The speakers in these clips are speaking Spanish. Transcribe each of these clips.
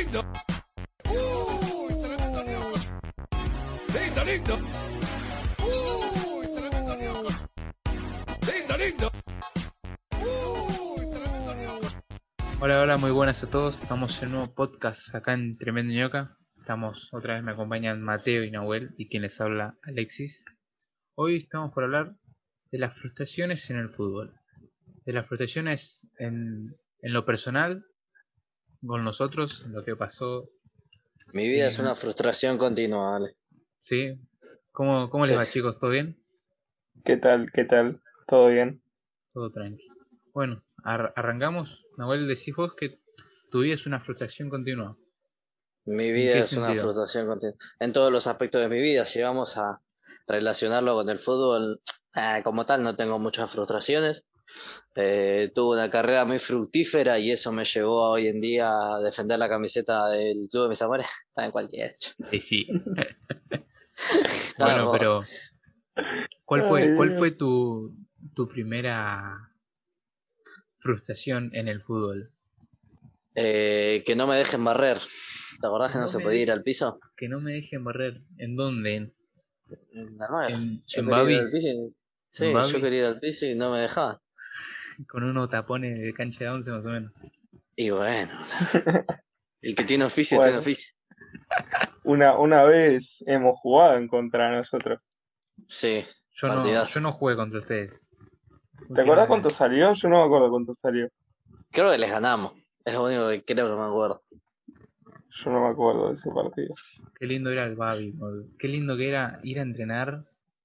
lindo! ¡Uy, tremendo ñoco! ¡Lindo, lindo! ¡Uy, tremendo ñoco! ¡Lindo, lindo! ¡Uy, tremendo ñoco! Hola, hola, muy buenas a todos. Estamos en un nuevo podcast acá en Tremendo Ñoca. Otra vez me acompañan Mateo y Nahuel y quien les habla Alexis. Hoy estamos por hablar de las frustraciones en el fútbol. De las frustraciones en lo personal, con nosotros, en lo que pasó. Mi vida es una frustración continua, ¿vale? ¿Sí? ¿Cómo Sí. les va, chicos? ¿Todo bien? ¿Qué tal? ¿Qué tal? ¿Todo bien? Todo tranqui. Bueno, arrancamos. Nahuel, decís vos que tu vida es una frustración continua. Mi ¿En vida qué es una sentido? frustración continua. En todos los aspectos de mi vida, si vamos a relacionarlo con el fútbol, como tal no tengo muchas frustraciones. Tuve una carrera muy fructífera y eso me llevó hoy en día a defender la camiseta del club de mis amores. Está en cualquier hecho. Sí. Bueno, Estamos, pero ¿cuál Ay, fue Dios. tu primera frustración en el fútbol? que no me dejen barrer. ¿Te acordás Que que no no se me podía ir de- al piso? que no me dejen barrer. ¿En dónde? Normal. Yo En quería ir Babi? al piso ¿En sí, yo Babi? quería ir al piso y no me dejaban. Con unos tapones de cancha de 11 más o menos. Y bueno, el que tiene oficio tiene Bueno, oficio. una vez hemos jugado en contra de nosotros. Sí, Yo partidazo. no jugué contra ustedes. ¿Te acuerdas Últimamente. cuánto salió? Yo no me acuerdo cuánto salió. Creo que les ganamos. Es lo único que creo que me acuerdo. Yo no me acuerdo de ese partido. Qué lindo era el Babi, boludo. Qué lindo que era ir a entrenar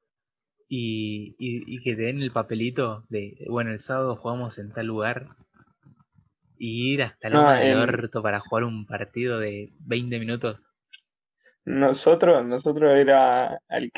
y que te den el papelito de, bueno, el sábado jugamos en tal lugar. Y ir hasta No, Loma del Orto para jugar un partido de 20 minutos. nosotros era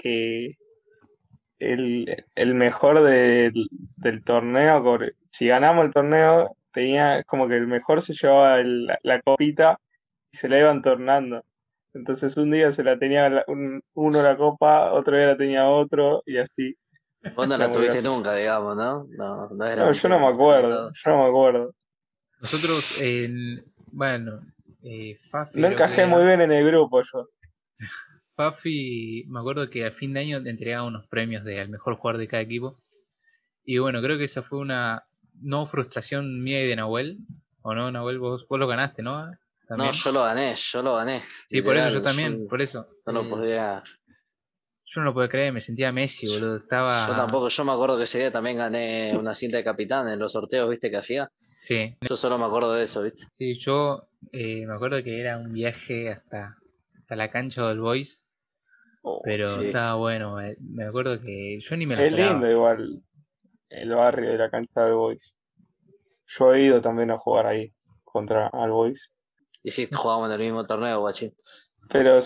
el mejor del torneo. Si ganamos el torneo, tenía como que el mejor se llevaba la copita y se la iban tornando. Entonces un día se la tenía uno la copa, otro día la tenía otro y así. Vos no Era la muy tuviste gracioso. nunca, digamos, ¿no? No, no era No, un yo no tipo me que tenía acuerdo, todo. yo no me acuerdo. Nosotros, bueno, Fafi No creo que encajé muy era. bien en el grupo yo. Fafi, me acuerdo que a fin de año te entregaba unos premios de al mejor jugador de cada equipo. Y bueno, creo que esa fue una no frustración mía y de Nahuel. ¿O no, Nahuel? Vos lo ganaste, ¿no? No, También. yo lo gané. Sí, por eso yo Literal, también, por eso. no lo podía. Yo no lo podía creer, me sentía Messi, boludo. Yo Estaba. tampoco, yo me acuerdo que ese día también gané una cinta de capitán en los sorteos, ¿viste? Que hacía. Sí, Yo solo me acuerdo de eso, ¿viste? sí, yo me acuerdo que era un viaje hasta la cancha del Boys. Oh, Pero sí. estaba bueno, me acuerdo que yo ni me lo Es lindo esperaba. igual el barrio de la cancha del Boys. Yo he ido también a jugar ahí contra All Boys. Y sí, jugábamos en el mismo torneo, guachín. Pero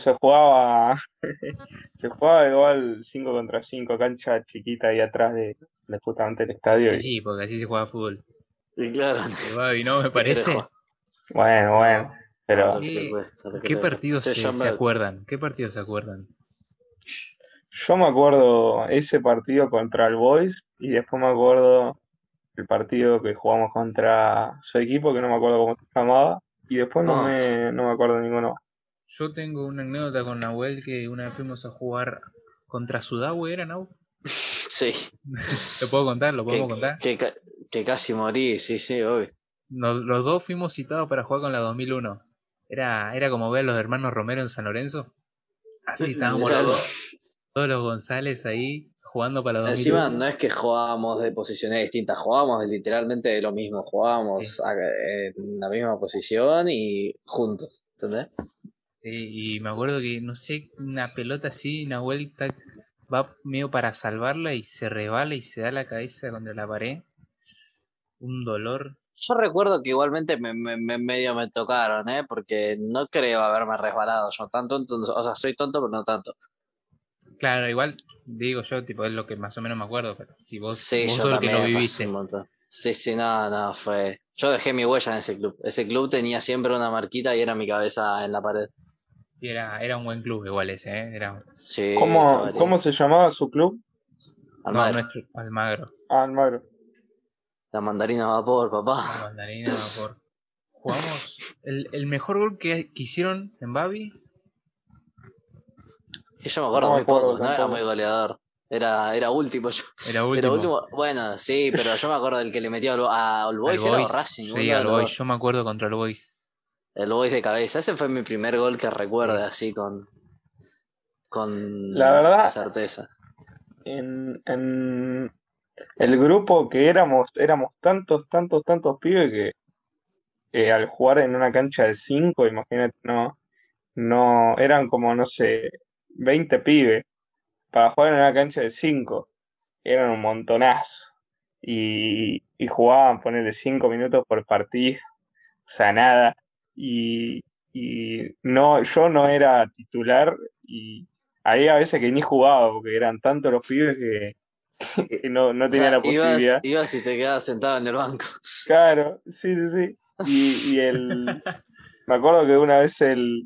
se jugaba igual 5 contra 5 cancha chiquita ahí atrás de justamente el estadio. Y Y sí, porque así se juega fútbol. Y claro, El Babi, ¿no? Me ¿qué querés parece. jugar? bueno, No, no, pero lo que te ¿Qué, cuesta, lo que qué te cuesta. partidos Che, se acuerdan? ¿Qué partidos se acuerdan? yo me acuerdo ese partido contra el Boys y después me acuerdo el partido que jugamos contra su equipo, que no me acuerdo cómo se llamaba, y después No, no me acuerdo ninguno más. Yo tengo una anécdota con Nahuel que una vez fuimos a jugar contra Sudahue, ¿era, Nau? sí. ¿Lo puedo contar? ¿Lo Que, podemos contar? que casi morí, sí, sí, obvio. Los dos fuimos citados para jugar con la 2001. Era como ver a los hermanos Romero en San Lorenzo. Así estábamos Literal. todos los González ahí jugando para la Encima no 2001. es que jugábamos de posiciones distintas, jugábamos literalmente de lo mismo, Sí. jugábamos en la misma posición y juntos, ¿entendés? Sí, y me acuerdo que, no sé, una pelota así, una vuelta, va medio para salvarla y se resbala y se da la cabeza contra la pared. Un dolor. Yo recuerdo que igualmente medio me tocaron, ¿eh? Porque no creo haberme resbalado yo tan tonto, o sea, soy tonto, pero no tanto. Claro, igual digo yo, tipo, es lo que más o menos me acuerdo, pero si Sí, vos yo sos el que lo también, fue hace un viviste. montón. Sí, sí, no, no, fue. Yo dejé mi huella en ese club. Ese club tenía siempre una marquita y era mi cabeza en la pared. Y era un buen club igual ese, ¿eh? Era, Sí, ¿Cómo, estaba cómo lindo. se llamaba su club? no, Almagro. nuestro, Almagro, Ah, Almagro. La mandarina a vapor, papá. la mandarina, por. Jugamos El mejor gol que hicieron en Babi. Y yo me acuerdo No me muy acuerdo poco, no era muy tampoco. goleador. Era último yo. Era Era último. último. Bueno, sí, pero yo me acuerdo del que le metió a All Al Boys, era o Boys. Racing, Sí, uno de al los Boys. dos. Yo me acuerdo contra el Boys. El Boys de cabeza. Ese fue mi primer gol que recuerde Sí. así La con verdad, certeza. en el grupo que éramos tantos pibes que al jugar en una cancha de 5, imagínate, no, eran como, no sé, 20 pibes. Para jugar en una cancha de 5 eran un montonazo. Y jugaban, ponerle 5 minutos por partido, o sea, nada. Y, y no, yo no era titular y había veces que ni jugaba porque eran tantos los pibes que no O tenía sea, la posibilidad. ibas y te quedabas sentado en el banco. Claro, sí. Me acuerdo que una vez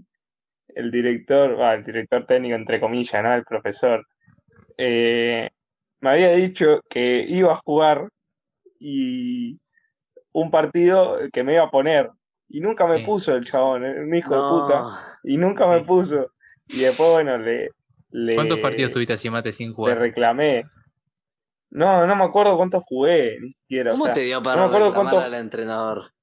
el director técnico, entre comillas, ¿no? El profesor, eh, me había dicho que iba a jugar y un partido que me iba a poner. Y nunca me Sí. puso el chabón, un hijo de puta, No. y nunca me Sí. puso. Y después, bueno, ¿Cuántos partidos le, tuviste así, Mate, sin le jugar? reclamé. No me acuerdo cuántos jugué, ni siquiera, o ¿Cómo sea, te dio no me para acuerdo reclamar cuántos. al entrenador?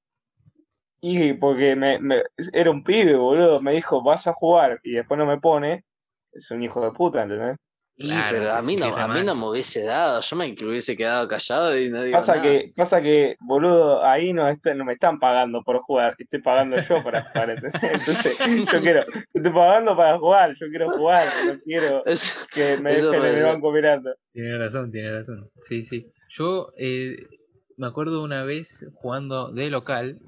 Y porque era un pibe, boludo, me dijo, vas a jugar, y después no me pone, es un hijo de puta, ¿entendés? Y Claro, pero te sentís re a mí no mal. me hubiese dado, yo me hubiese quedado callado y no digo nada. Pasa que, boludo, ahí no me están pagando por jugar, estoy pagando yo para jugar, ¿entendés? Entonces, estoy pagando para jugar, yo quiero jugar, no quiero Eso, que me eso dejen en puede el ser. banco mirando. Tiene razón, tiene razón. Sí, sí. Yo me acuerdo una vez jugando de local,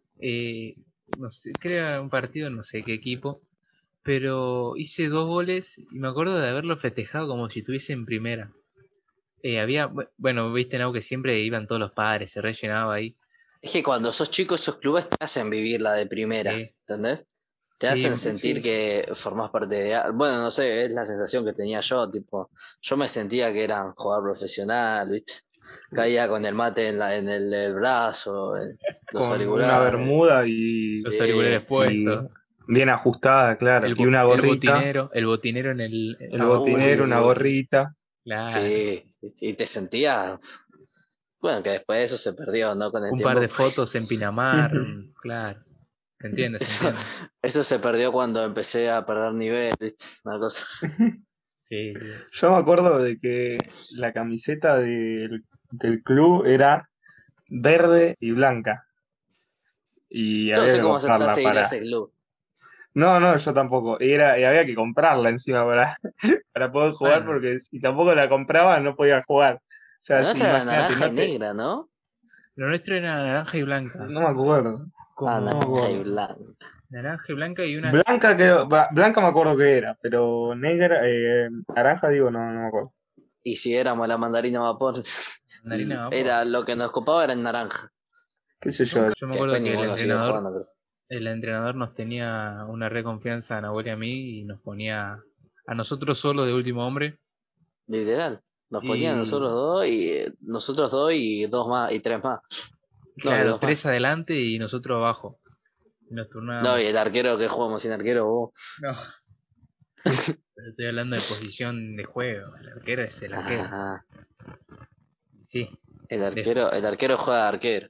no sé, creo que era un partido, no sé qué equipo, pero hice 2 goles y me acuerdo de haberlo festejado como si estuviese en primera. Bueno, viste, ¿no? Que siempre iban todos los padres, se rellenaba ahí. Es que cuando sos chico, esos clubes te hacen vivir la de primera, Sí, ¿entendés? Te sí, hacen Sí, sentir sí. que formás parte de... Bueno, no sé, es la sensación que tenía yo, tipo, yo me sentía que era un jugador profesional, ¿viste? Caía con el mate en el brazo, en los Con una auriculares. bermuda los auriculares Sí. y puestos, bien ajustada, claro, y una gorrita, el botinero en el el abajo, Uy, botinero, el una bote. gorrita. claro. Sí, y te sentías... Bueno, que después eso se perdió, ¿no? Con el Un par tiempo. de fotos en Pinamar, claro. Se entiende, se Eso, entiende. eso se perdió cuando empecé a perder nivel, ¿viste? Una cosa. Sí, sí. Yo me acuerdo de que la camiseta del club era verde y blanca y Yo no había sé que cómo comprarla aceptaste ir a para... ese club. No, yo tampoco. Y había que comprarla encima para poder jugar Bueno, porque si tampoco la compraba no podía jugar. O La sea, si nuestra era imagínate, naranja y negra, ¿no? lo nuestro era naranja y blanca. no me acuerdo, Ah, no me Como naranja y acuerdo. blanca. naranja y blanca y unas Blanca me acuerdo que era, pero negra, naranja digo, no me acuerdo. Y si éramos la mandarina vapor, mandarina de vapor. era lo que nos copaba era el naranja. ¿Qué sé yo? Yo me Que acuerdo después que ninguno siguió jugando, creo. el entrenador nos tenía una re confianza a Nahuel y a mí y nos ponía a nosotros solo de último hombre. Literal. Nos ponían Y nosotros dos y dos más, y tres más. No, y claro, dos más. 3 adelante y nosotros abajo. Y nos No, y turnábamos. el arquero que jugamos sin arquero, vos. No, pero estoy hablando de posición de juego. El arquero es el arquero. Ah, Sí, de- el arquero juega de arquero.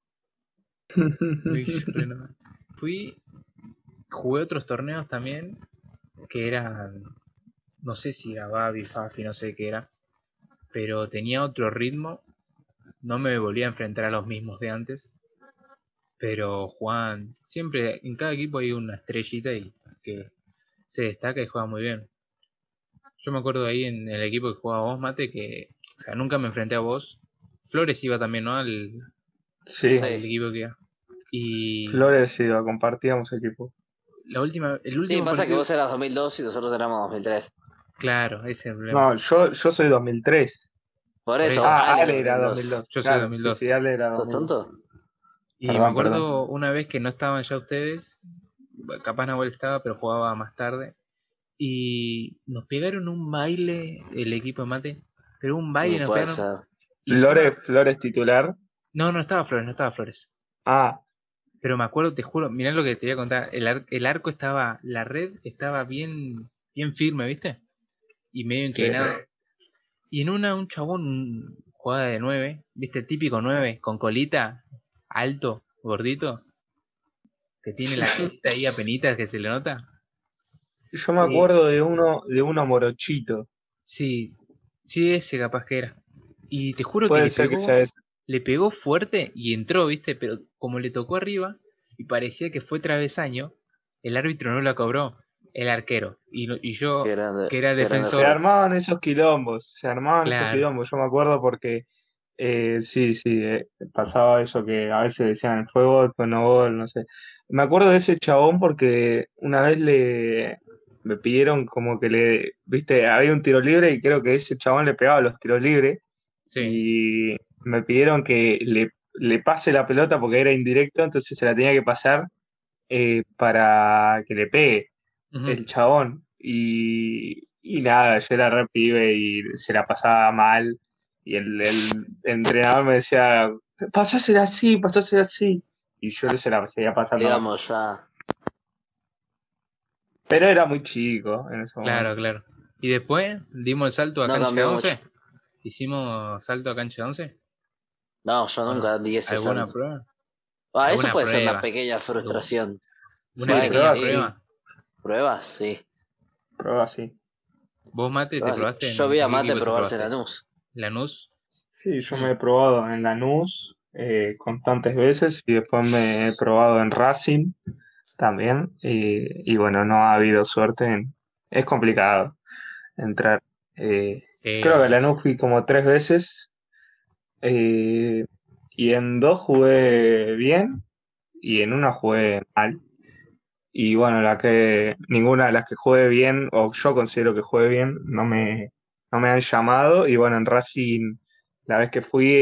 Luis Renova. Fui, jugué otros torneos también, que eran, no sé si era Babi, Fafi, no sé qué era, pero tenía otro ritmo, no me volvía a enfrentar a los mismos de antes, pero jugaban, siempre en cada equipo hay una estrellita y que se destaca y juega muy bien. Yo me acuerdo ahí en el equipo que jugaba vos, Mate, que, o sea, nunca me enfrenté a vos. Flores iba también, ¿no? Sí, Al Sí. equipo que iba. Y Flores iba, compartíamos equipo. el Sí, último pasa que partido, vos eras 2002 y nosotros éramos 2003. claro, ese es el problema. No, yo soy 2003. Por Por eso, eso, Ah, Ale es Ale era 2002. 2002. yo soy Claro, sí, 2002. Ale era ¿Sos 2002. tonto? Y me Perdón. acuerdo una vez que no estaban ya ustedes, capaz Nahuel estaba, pero jugaba más tarde. Y nos pegaron un baile, el equipo de Mate, pero un baile Y nos puede pegaron. ser. Y encima, Flores titular. no estaba Flores, no estaba Flores. Ah, Pero me acuerdo, te juro, mirá lo que te voy a contar. El arco estaba, la red estaba bien, bien firme, ¿viste? Y medio Sí. inclinado. Y en una, un chabón jugada de 9, ¿viste? Típico 9, con colita, alto, gordito, que tiene la carita ahí apenitas que se le nota. Yo me Eh, acuerdo de uno morochito. sí, sí, ese capaz que era. Y te juro que Puede ser que sea ese. le pegó fuerte y entró, ¿viste? Pero como le tocó arriba y parecía que fue travesaño, el árbitro no la cobró, el arquero. Y Qué yo, grande, que era qué grande Se fue. defensor, armaban esos quilombos, se armaban esos claro, quilombos. Yo me acuerdo porque sí, sí, pasaba eso que a veces decían fue gol, fue no gol, no sé. Me acuerdo de ese chabón porque una vez me pidieron como que viste, había un tiro libre y creo que ese chabón le pegaba los tiros libres sí. y me pidieron que le pase la pelota porque era indirecto, entonces se la tenía que pasar para que le pegue Ujú. el chabón. Y nada, yo era re pibe y se la pasaba mal. Y el entrenador me decía, pasásela así. Y yo se la seguía pasando mal. Digamos ya. Pero era muy chico en ese Claro, momento. claro. Y después dimos el salto a No cancha de cambió mucho. 11. Hicimos salto a cancha de 11. No, yo ¿O no? nunca di ese ¿Alguna salto. prueba? Ah, eso ¿Alguna puede ser una prueba? pequeña Algu- frustración. ¿Una Sí, Bueno, pequeña prueba sí. sí, prueba? Pruebas, sí. prueba sí. ¿Vos, Mate, te Pruebas, sí. probaste? Yo vi a ¿En qué Mate equipo te probarse en probaste? Lanús. ¿Lanús? Sí, yo Hmm. me he probado en Lanús constantes veces y después me he probado en Racing también. Y bueno, no ha habido suerte Es complicado entrar. Creo que a Vamos. Lanús fui como 3 veces eh, y en dos jugué bien y en una jugué mal. Y bueno, ninguna de las que juegue bien, o yo considero que juegue bien, no me han llamado. Y bueno, en Racing, la vez que fui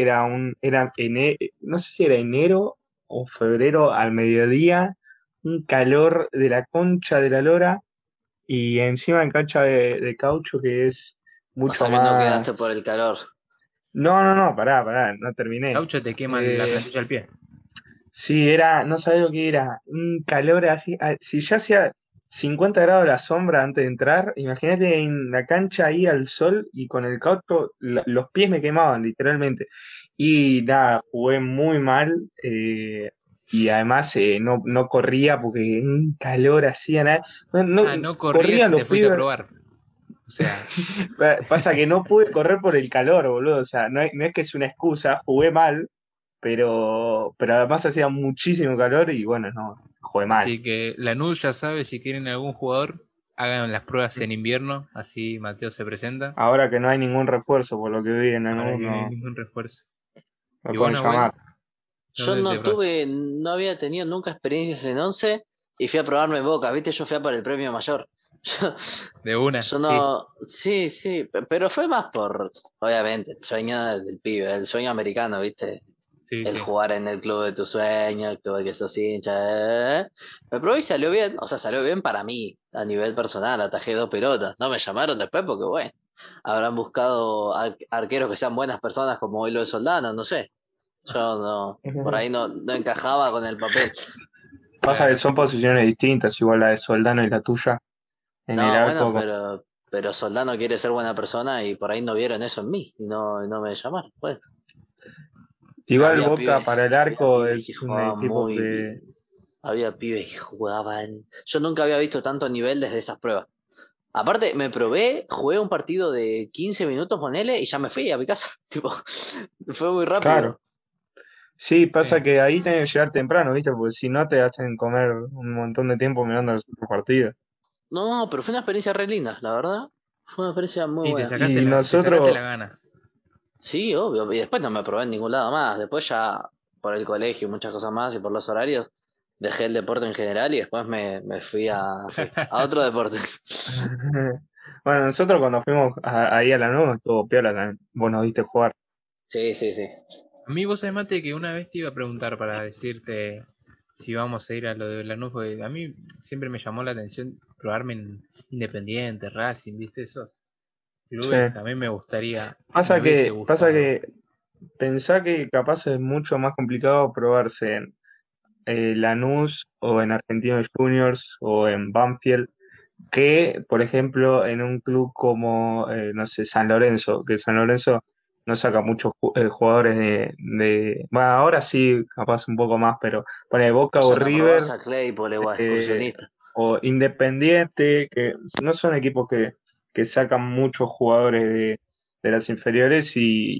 no sé si era enero o febrero al mediodía, un calor de la concha de la lora, y encima en cancha de caucho que es O mucho sea que no quedaste por más. el calor. No, pará, no terminé. Gaucho te quema la Eh, plantilla al pie. Sí, no sabía lo que era, un calor así, si ya hacía 50 grados la sombra antes de entrar, imagínate en la cancha ahí al sol y con el caucho, los pies me quemaban literalmente. Y nada, jugué muy mal y además no corría porque un calor hacía nada. Ah, no corrías Corrían y te los fuiste a pibes, probar. O sea, pasa que no pude correr por el calor, boludo, o sea, no es que es una excusa, jugué mal pero además hacía muchísimo calor y bueno, no, jugué mal. así que Lanús ya sabe, si quieren algún jugador, hagan las pruebas en invierno, así Mateo se presenta. Ahora que no hay ningún refuerzo por lo que vi en Ahora Lanús, que no hay no ningún refuerzo. me ¿Y vos, pueden Nahuel? llamar. Yo ¿Dónde te no probaste? tuve, no había tenido nunca experiencias en once y fui a probarme en Boca, ¿viste? Yo fui a por el premio mayor. Yo, De una, yo sí. no, sí, sí, pero fue más por, obviamente, el sueño del pibe, el sueño americano, ¿viste? Sí, El sí. jugar en el club de tu sueño, el club del que sos hincha. Me probé y salió bien, o sea, salió bien para mí, a nivel personal, atajé 2 pelotas. No me llamaron después porque, bueno, habrán buscado arqueros que sean buenas personas como Hilo de Soldano, no sé. Yo no, por ahí no encajaba con el papel. Pasa que Claro. son posiciones distintas, igual la de Soldano y la tuya en el No, bueno, arco. pero Soldano quiere ser buena persona y por ahí no vieron eso en mí y no me llamaron. Pues Igual Boca para el había arco pibes que es un jugaban equipo muy que. bien. Había pibes que jugaban. Yo nunca había visto tanto nivel desde esas pruebas. Aparte, me probé, jugué un partido de 15 minutos con él y ya me fui a mi casa. Tipo, fue muy Claro. rápido. Sí, pasa Sí. que ahí tenés que llegar temprano, ¿viste? Porque si no te hacen comer un montón de tiempo mirando los otros partidos. No, pero fue una experiencia re linda, la verdad. Fue una experiencia muy Y buena. Y te sacaste nosotros, las ganas. Sí, obvio. Y después no me probé en ningún lado más. Después ya por el colegio y muchas cosas más y por los horarios, dejé el deporte en general y después me fui a otro deporte. bueno, nosotros cuando fuimos ahí a la nube estuvo piola también. Vos nos viste jugar. Sí, sí, sí. A mí vos sabés, Mate, que una vez te iba a preguntar para decirte si vamos a ir a lo de Lanús, porque a mí siempre me llamó la atención probarme en Independiente, Racing, ¿viste eso? Sí. Clubes, a mí me hubiese Pasa gustado. que pensá que capaz es mucho más complicado probarse Lanús o en Argentinos Juniors o en Banfield, que, por ejemplo, en un club como, no sé, San Lorenzo, que San Lorenzo no saca muchos jugadores bueno, ahora sí, capaz un poco más, pero pone O Boca o sea, no probás River a Claypole o a eh, Excursionista. o Independiente, que no son equipos que sacan muchos jugadores de las inferiores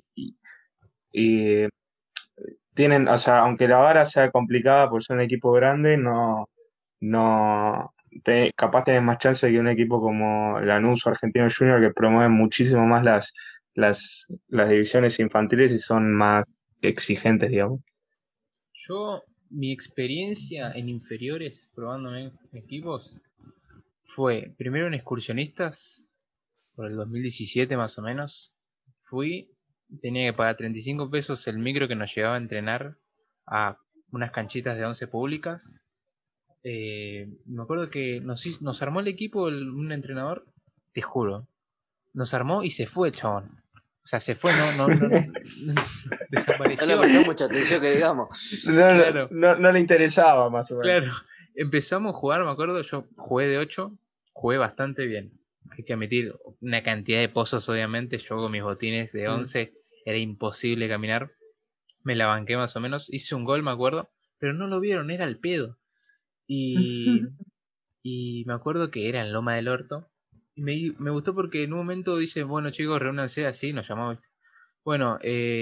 y tienen, o sea, aunque la vara sea complicada por ser un equipo grande, no, capaz tenés más chance que un equipo como Lanús o Argentino Junior que promueven muchísimo más las divisiones infantiles y son más exigentes, digamos. Yo, mi experiencia en inferiores, probándome en equipos, fue primero en excursionistas, por el 2017 más o menos. Fui, tenía que pagar 35 pesos el micro que nos llevaba a entrenar a unas canchitas de 11 públicas. Me acuerdo que nos armó el equipo un entrenador, te juro, nos armó y se fue el chabón. O sea, se fue, No le desapareció. prestó mucha atención que digamos. Claro, No le interesaba, más o menos. claro. Empezamos a jugar, me acuerdo, yo jugué de 8, jugué bastante bien. Hay que admitir, una cantidad de pozos, obviamente. Yo con mis botines de Mm. 11 era imposible caminar. Me la banqué más o menos. Hice un gol, me acuerdo, pero no lo vieron, era el pedo. Y, y me acuerdo que era en Loma del Orto. Y me gustó porque en un momento dice, bueno chicos, reúnanse así, nos llamamos. Bueno,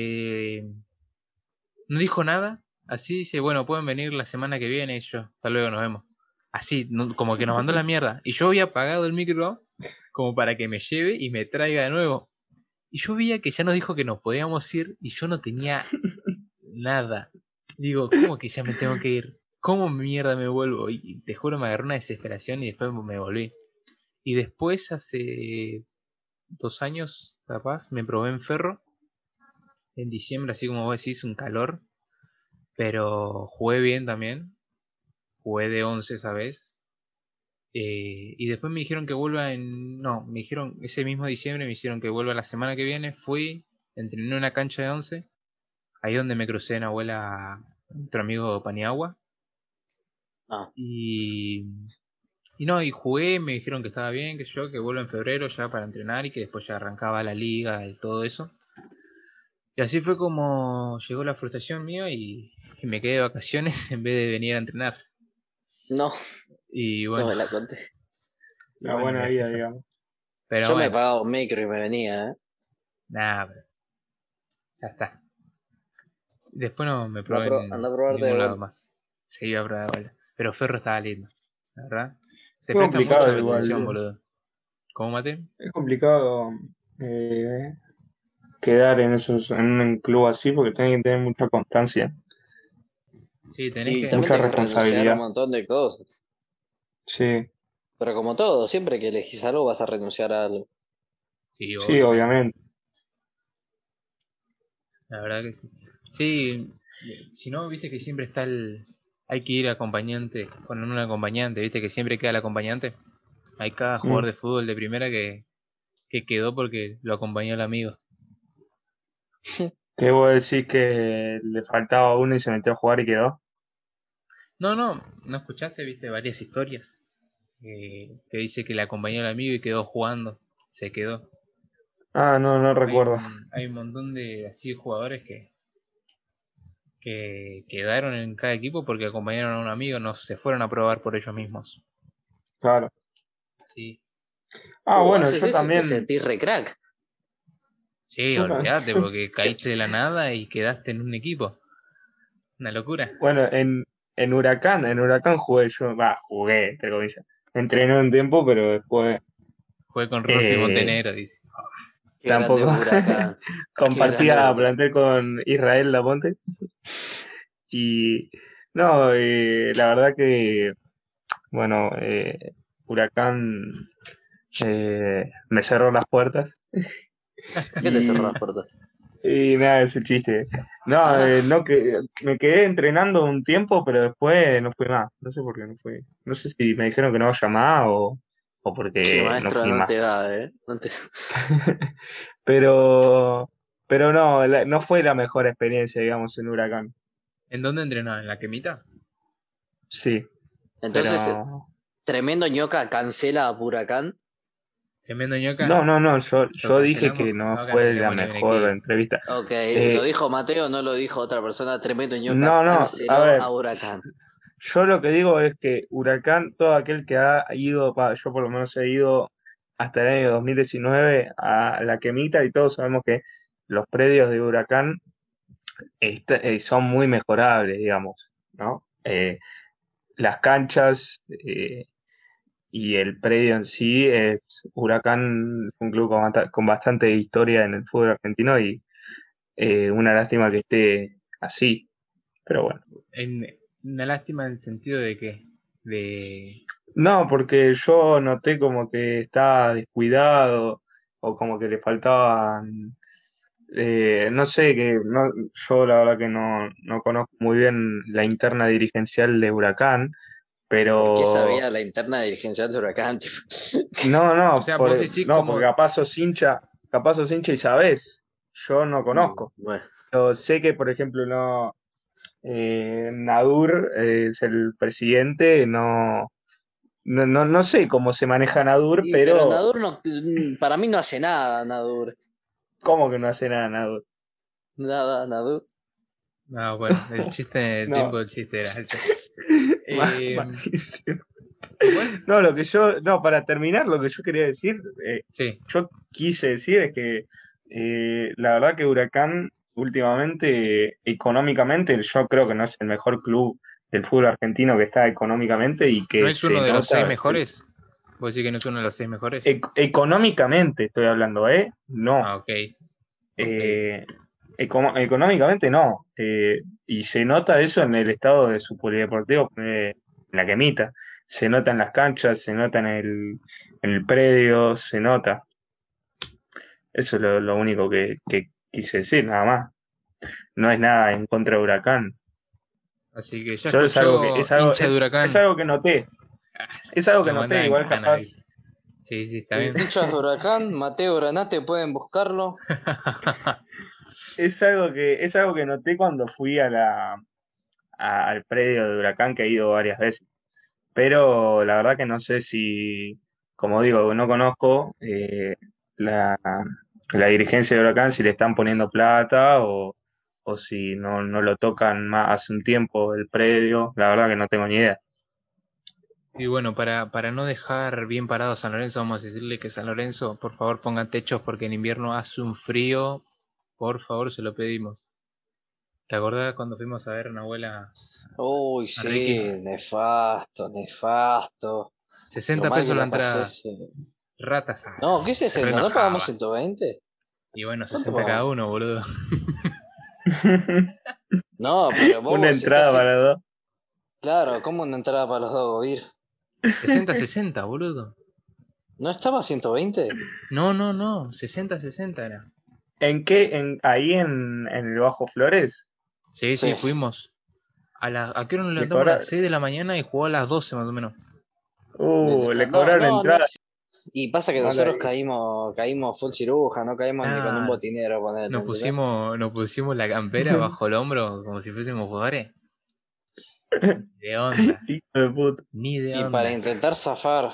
no dijo nada. Así dice, bueno, pueden venir la semana que viene y yo, hasta luego, nos vemos. Así, como que nos mandó la mierda. Y yo había pagado el micro como para que me lleve y me traiga de nuevo. Y yo veía que ya nos dijo que nos podíamos ir y yo no tenía nada. Digo, ¿cómo que ya me tengo que ir? ¿Cómo mierda me vuelvo? Y te juro, me agarró una desesperación y después me volví. Y después, hace 2 años, capaz, me probé en Ferro. En diciembre, así como vos decís, un calor. Pero jugué bien también. Jugué de 11 esa vez. Y después me dijeron que vuelva en... No, me dijeron ese mismo diciembre, me hicieron que vuelva la semana que viene. Fui, entrené en una cancha de 11. Ahí donde me crucé en abuela a otro amigo Paniagua. Ah, Y, y no, y jugué, me dijeron que estaba bien, que yo, que vuelvo en febrero ya para entrenar y que después ya arrancaba la liga y todo eso. Y así fue como llegó la frustración mía y me quedé de vacaciones en vez de venir a entrenar. no, Y no bueno, me la conté. y Una bueno, y buena así vida, fue. digamos. Pero Yo me bueno, pagaba un micro y me venía, ¿eh? nada, pero ya está. Después no me Anda probé anda en a probarte de ningún lado vuelta. más. Se iba a probar de vuelta. Pero Ferro estaba lindo, la verdad. Te Es prestan complicado mucha atención, igual. boludo. ¿Cómo mate? Es complicado eh, quedar en un club así porque tiene que tener mucha constancia, Sí, tenés Y que... también mucha tenés que renunciar a un responsabilidad. montón de cosas. Sí, Pero como todo, siempre que elegís algo vas a renunciar a algo. Sí, sí, obvio. obviamente. La verdad que sí. Sí, si no, viste que siempre está el... Hay que ir acompañante, con un acompañante, viste que siempre queda el acompañante. Hay cada jugador Mm. de fútbol de primera que quedó porque lo acompañó el amigo. ¿Qué vos decís que le faltaba uno y se metió a jugar y quedó? No escuchaste, viste varias historias. Que dice que le acompañó el amigo y quedó jugando. Se quedó. Ah, no recuerdo. Hay un montón de así jugadores que quedaron en cada equipo porque acompañaron a un amigo, no se fueron a probar por ellos mismos. Claro. Sí, Ah, bueno, Haces eso y te sentís re crack. sí, yo olvídate también. porque caíste de la nada y quedaste en un equipo. Una locura. Bueno, en Huracán jugué yo, jugué, entre comillas. Entrené un tiempo, pero después Jugué con Rossi eh, Montenegro, dice. Qué grande tampoco Huracán. Qué grande compartía Huracán. plantel con Israel Laponte. Y no, la verdad que, bueno, Huracán me cerró las puertas ¿Qué te cerró y, las puertas? y nada, ese chiste. No, Ah, no que me quedé entrenando un tiempo, pero después no fui más. No sé por qué no fui. No sé si me dijeron que no vaya más o che, porque no maestro, fui no más. te da, ¿eh? No te... Pero, pero no, no fue la mejor experiencia, digamos, en Huracán. ¿En dónde entrenaba? ¿En la quemita? Sí, Entonces, pero... tremendo ñoca cancela a Huracán. Tremendo ñoca. No, Lo yo dije cancelamos. que no No fue la cancelemos ningún mejor equipo. entrevista. Ok, lo Eh, dijo Mateo, no lo dijo otra persona. Tremendo ñoca no, a canceló ver, a Huracán. yo lo que digo es que Huracán, todo aquel que ha ido, yo por lo menos he ido hasta el año 2019 a La Quemita y todos sabemos que los predios de Huracán son muy mejorables, digamos, ¿no? Las canchas y el predio en sí es Huracán, es un club con bastante historia en el fútbol argentino y una lástima que esté así, pero bueno. Una lástima en el sentido de que. De. No, porque yo noté como que estaba descuidado o como que le faltaban, no sé, yo la verdad que no conozco muy bien la interna dirigencial de Huracán, ¿Por qué pero sabía la interna dirigencial de Huracán? Tipo, O sea, vos decís no, como. porque capaz sos hincha y sabés, yo no conozco. bueno, Yo sé que, por ejemplo, no, Nadur es el presidente, no sé cómo se maneja Nadur, pero pero Nadur no, para mí no hace nada, Nadur. ¿cómo que no hace nada Nadur? Nada, Nadur. No, bueno, el chiste, el No, tiempo del chiste era ese. Eh, malísimo. igual, No, para terminar, lo que yo quería decir, sí. yo quise decir es que la verdad que Huracán últimamente, económicamente, yo creo que no es el mejor club del fútbol argentino que está económicamente y ¿No que es se uno de los seis nota mejores? ¿Vos decís que no es uno de los seis mejores? económicamente, estoy hablando, ¿eh? No. Ah, ok, ok. Eh, económicamente no. Y se nota eso en el estado de su polideportivo, en la Quemita. Se nota en las canchas, se nota en el predio, se nota. Eso es lo único que quise decir, nada más. No es nada en contra de Huracán. Así que ya Solo escuchó hincha de es Huracán. algo que noté. Es algo que Lo noté, mandan igual ganas, capaz. ¿viste? Sí, sí, está bien. Hinchas de Huracán, Mateo Granate, pueden buscarlo. Es algo que noté cuando fui al predio de Huracán, que he ido varias veces. Pero la verdad que no sé si, como digo, no conozco la dirigencia de Huracán, si le están poniendo plata o si no lo tocan más hace un tiempo el predio, la verdad que no tengo ni idea. Y bueno, para no dejar bien parado a San Lorenzo, vamos a decirle que San Lorenzo, por favor, pongan techos porque en invierno hace un frío. Por favor, se lo pedimos. ¿Te acordás cuando fuimos a ver a una abuela Uy, a Ricky? sí, nefasto, nefasto. Lo 60 mal que pesos la la pasé entrada. ese. Ratas. No, ¿qué es Se 60? ¿No pagamos reenojaba. 120? Y bueno, ¿Cuánto 60 cada pagamos? uno, boludo. No, pero Una vos entrada estás... para dos. Claro, ¿cómo una entrada para los dos, Gobir? 60-60, boludo. ¿No estaba a 120? No, no, no. 60-60 era. ¿En qué? Ahí en el Bajo Flores. Sí, Sí. sí, fuimos. ¿A qué hora nos Le levantamos? A las cobra, 6 de la mañana y jugó a las 12 más o menos. le No, cobraron no, no. entrada. Y pasa que Mala nosotros ahí. caímos full ciruja, no caímos ni con un Claro. botinero, ponete, ¿entendés? Nos pusimos la campera bajo el hombro como si fuésemos jugadores. De onda. Hijo de puta, Ni de Y para onda. intentar zafar,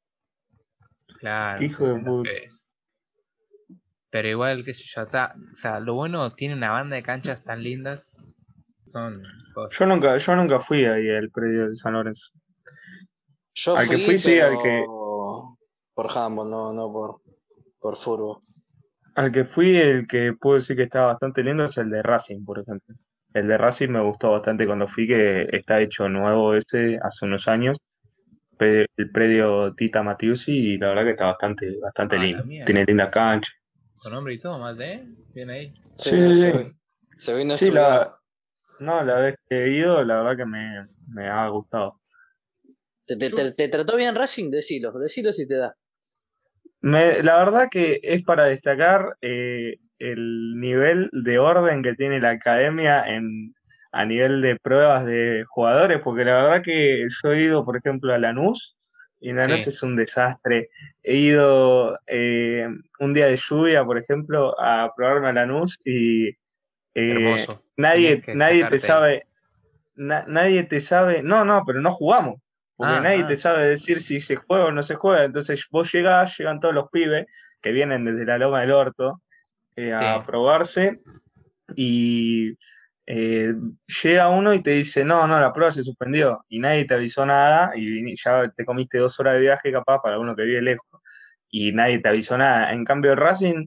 qué Claro, hijo de 60 puta. pesos. Pero igual, qué sé yo, está. O sea, lo bueno, tiene una banda de canchas tan lindas. Son cosas. Yo nunca fui ahí al predio de San Lorenzo. yo Al que fui, fui, sí, pero por handball, no por fútbol. al que fui, el que puedo decir que está bastante lindo es el de Racing, por ejemplo. El de Racing me gustó bastante cuando fui, que está hecho nuevo ese hace unos años. El predio Tita Matiusi, y la verdad que está bastante Ah, la lindo. Tiene mierda. linda cancha. Con nombre y todo, más de. Bien ahí. Sí, Sí, sí, sí. se vino Sí, estudiado. no, la vez que he ido, la verdad que me ha gustado. Yo, ¿Te trató bien Racing? Decilo si te da. La verdad que es para destacar el nivel de orden que tiene la academia a nivel de pruebas de jugadores, porque la verdad que yo he ido, por ejemplo, a Lanús, y Lanús sí, es un desastre. He ido un día de lluvia, por ejemplo, a probarme a Lanús y hermoso. Tenías nadie, que nadie te destacarte ahí. sabe, nadie te sabe, no, pero no jugamos, porque nadie te Ah, sabe decir si se juega o no se juega. Entonces vos llegan todos los pibes que vienen desde la Loma del Orto a sí. probarse y eh, llega uno y te dice, no, la prueba se suspendió y nadie te avisó nada y ya te comiste 2 horas de viaje capaz para uno que vive lejos y nadie te avisó nada. En cambio, Racing,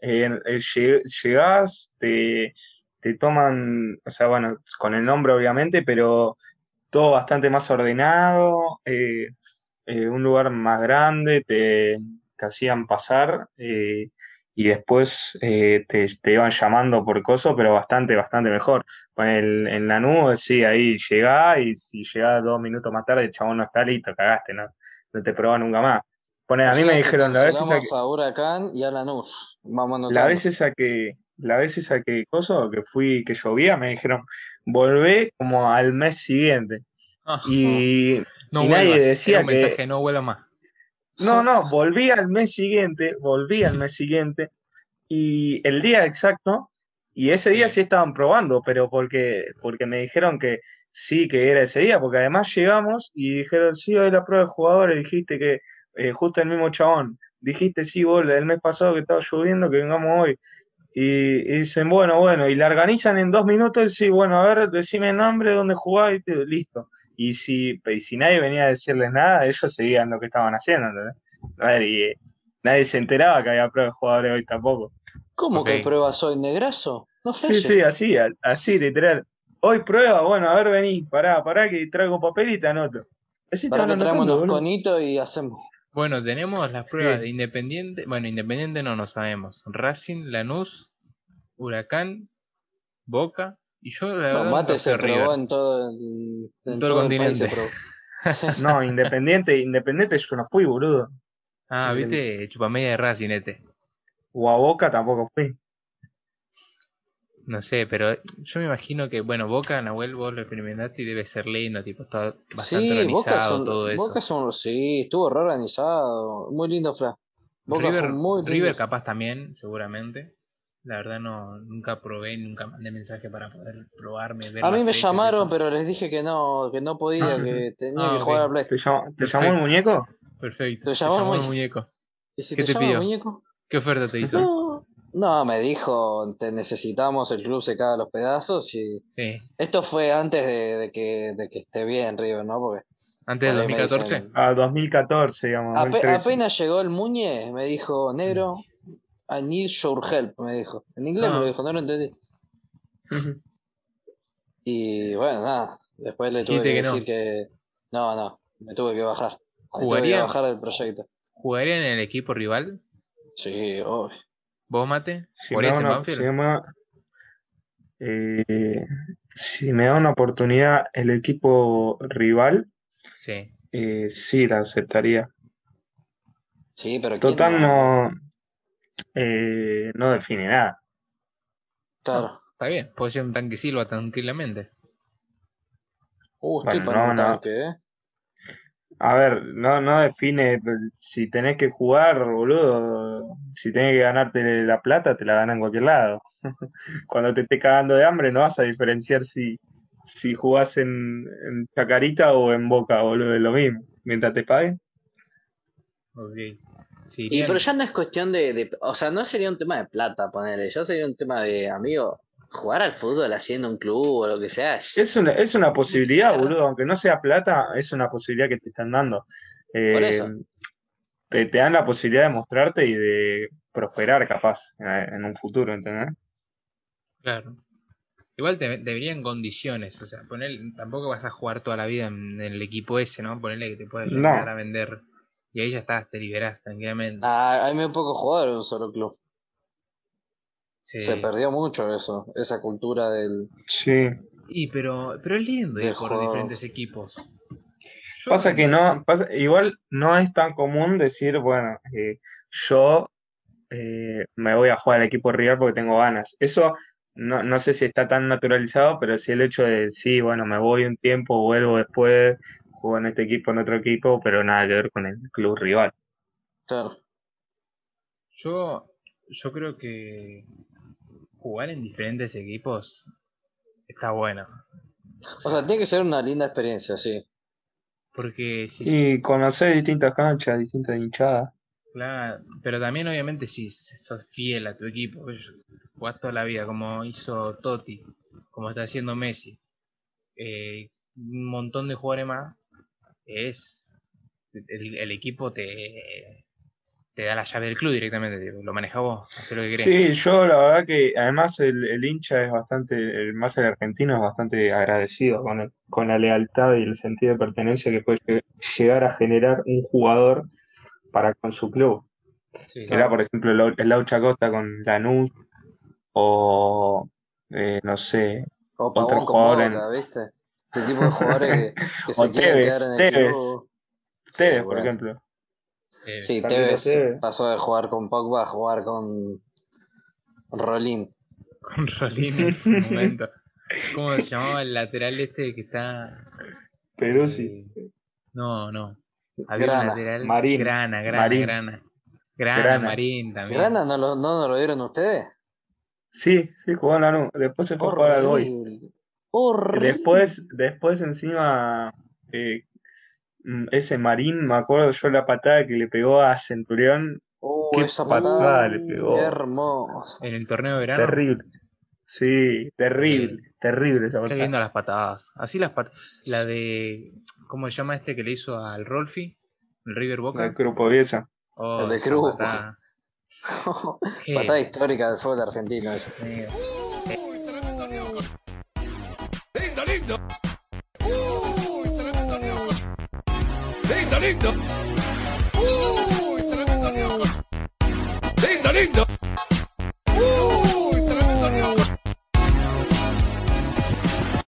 llegás, te toman, o sea, bueno, con el nombre obviamente, pero todo bastante más ordenado, un lugar más grande, te hacían pasar y después te iban llamando por coso, pero bastante mejor. En la nube, sí, ahí llegás y si llegás 2 minutos más tarde, el chabón no está listo, cagaste, no te probás nunca más. O A mí me sea que dijeron cancelamos a Huracán y a Lanús. Vamos la anotando. vez esa que, la vez esa que coso, que fui, que llovía, me dijeron, volvé como al mes siguiente. Ah, Ah. Y, no y nadie vuelvas. Era un decía que, mensaje, no vuelva más. no, volví al mes siguiente, y el día exacto, y ese día Sí. sí estaban probando, pero porque me dijeron que sí, que era ese día, porque además llegamos y dijeron, sí, hoy la prueba de jugadores, dijiste que, justo el mismo chabón, dijiste, sí, vos, el mes pasado que estaba lloviendo, que vengamos hoy. Y dicen, bueno, y la organizan en 2 minutos, y sí, bueno, a ver, decime el nombre, dónde jugás, listo. Y si nadie venía a decirles nada, ellos seguían lo que estaban haciendo, ¿entendés? A ver, nadie se enteraba que había prueba de jugadores hoy tampoco. ¿Cómo Ok. que hay pruebas hoy, Negrazo? No Sí, flashes. sí, así, literal. Hoy prueba, bueno, a ver, vení, pará, que traigo papel y te anoto. Así te Para van que traemos anotando, unos boludo. conitos y hacemos. Bueno, tenemos las pruebas Sí. de Independiente. Bueno, Independiente no sabemos. Racing, Lanús, Huracán, Boca. Y yo la No, verdad nunca Mate fui se a probó River. en todo En en todo el todo el país se continente. probó. No, Independiente yo no fui, boludo. Ah, Eh, viste, chupamedia de Racing este. o a Boca tampoco fui. No sé, pero yo me imagino que, bueno, Boca, Nahuel, vos lo experimentaste y debe ser lindo, tipo, está bastante Sí, organizado todo eso. sí, estuvo re organizado. Muy lindo, Fla. Boca fue muy lindo. River capaz también, seguramente. La verdad no, nunca probé, nunca mandé mensaje para poder probarme, ver A mí las me fechas, llamaron, eso. pero les dije que no podía, que tenía que Ah, ok, jugar a Play. ¿Te llamó el perfecto, muñeco? perfecto. ¿Te Te llamó el llamó el muñeco? muñeco. ¿Y si ¿Qué te te llama el pidió? muñeco? ¿Qué oferta te hizo? No, no, me dijo, te necesitamos, el club se caga a los pedazos y Sí, esto fue antes de que esté bien River, ¿no? Porque antes del por ahí me 2014. dicen, 2014, digamos, 2013. apenas llegó el Muñe, me dijo, negro, I need your help, me dijo. En inglés me lo Ah, dijo, no lo entendí. Y bueno, nada, después le tuve que dijiste que decir no. que no, me tuve que bajar. Me tuve que ¿Jugarían, bajar del proyecto. jugarían en el equipo rival? Sí, obvio. ¿Vos, Mate? Si me da ¿Jugarías en una, si Banfield? me da- eh, si me da una oportunidad el equipo rival, Sí. sí la aceptaría. Sí, pero ¿quién Total no? no define nada. No, Claro. está bien. Puede ser un tanque Silva tranquilamente. Estoy Bueno, para un no. tanque, ¿eh? A ver, no define si tenés que jugar, boludo. Si tenés que ganarte la plata, te la ganan en cualquier lado. Cuando te estés cagando de hambre, no vas a diferenciar si jugás en Chacarita o en Boca, boludo, es lo mismo. Mientras te paguen. Ok. Si Y pero irían. ya no es cuestión o sea, no sería un tema de plata, ponerle, ya sería un tema de, amigo, jugar al fútbol haciendo un club o lo que sea, Es una es muy posibilidad, fierro. boludo. Aunque no sea plata, es una posibilidad que te están dando. Por Eh, eso, te dan la posibilidad de mostrarte y de prosperar, capaz, en un futuro, ¿entendés? Claro. Igual deberían condiciones. O sea, tampoco vas a jugar toda la vida en el equipo ese, ¿no? Ponerle que te puedas llegar No, a vender. Y ahí ya estás, te liberás tranquilamente. hay muy pocos jugadores en un solo club. Se Sí. perdió mucho eso, esa cultura sí. Pero es lindo del ir por jugador. diferentes equipos. Yo Pasa que no, igual no es tan común decir, bueno, yo me voy a jugar al equipo rival porque tengo ganas. Eso no sé si está tan naturalizado, pero sí el hecho de, sí, bueno, me voy un tiempo, vuelvo después, juego en este equipo, en otro equipo, pero nada que ver con el club rival. Claro. yo, yo creo que jugar en diferentes equipos está bueno. O sea, tiene que ser una linda experiencia, sí. Porque si, Y conocer distintas canchas, distintas hinchadas. claro, pero también obviamente si sos fiel a tu equipo, jugás toda la vida como hizo Totti, como está haciendo Messi, un montón de jugadores más, es el equipo te da la llave del club directamente, lo manejas vos, haces lo que querés. Sí, yo la verdad que además el hincha es bastante, más el argentino es bastante agradecido con la lealtad y el sentido de pertenencia que puede llegar a generar un jugador para con su club. Sí, Era, Claro. por ejemplo, el Laucha Costa con Lanús o, no sé, O otro Pavón con jugador Boca, ¿viste? Este tipo de jugadores que o se quieren quedar en el Tevez, club. Sí, Por bueno. ejemplo. Sí, Carlito Tevez Tevez. pasó de jugar con Pogba a jugar con Rolín. con Rolín en su momento. ¿Cómo se llamaba el lateral este que está? Peruzzi, No. Había un Grana. lateral, Marín, Marín, Grana, Grana. Marín también. ¿Grana no nos lo dieron ustedes? Sí, jugó en Lanús. Después se fue a jugar al Boys. Horrible. Horrible. Después encima, ese Marín, me acuerdo yo la patada que le pegó a Centurión. Qué Esa patada. patada le Qué pegó. hermosa. En el torneo de verano, Terrible. Sí, eh, terrible esa qué patada. lindo las patadas. Así las patadas. La de, ¿cómo se llama este que le hizo al Rolfi? El River La de Boca. Grupo Bielsa. El Oh, de esa Cruz. patada. Patada Qué histórica del fútbol argentino esa. miedo. Tremendo Newcastle. Lindo. Tremendo Newcastle. Lindo.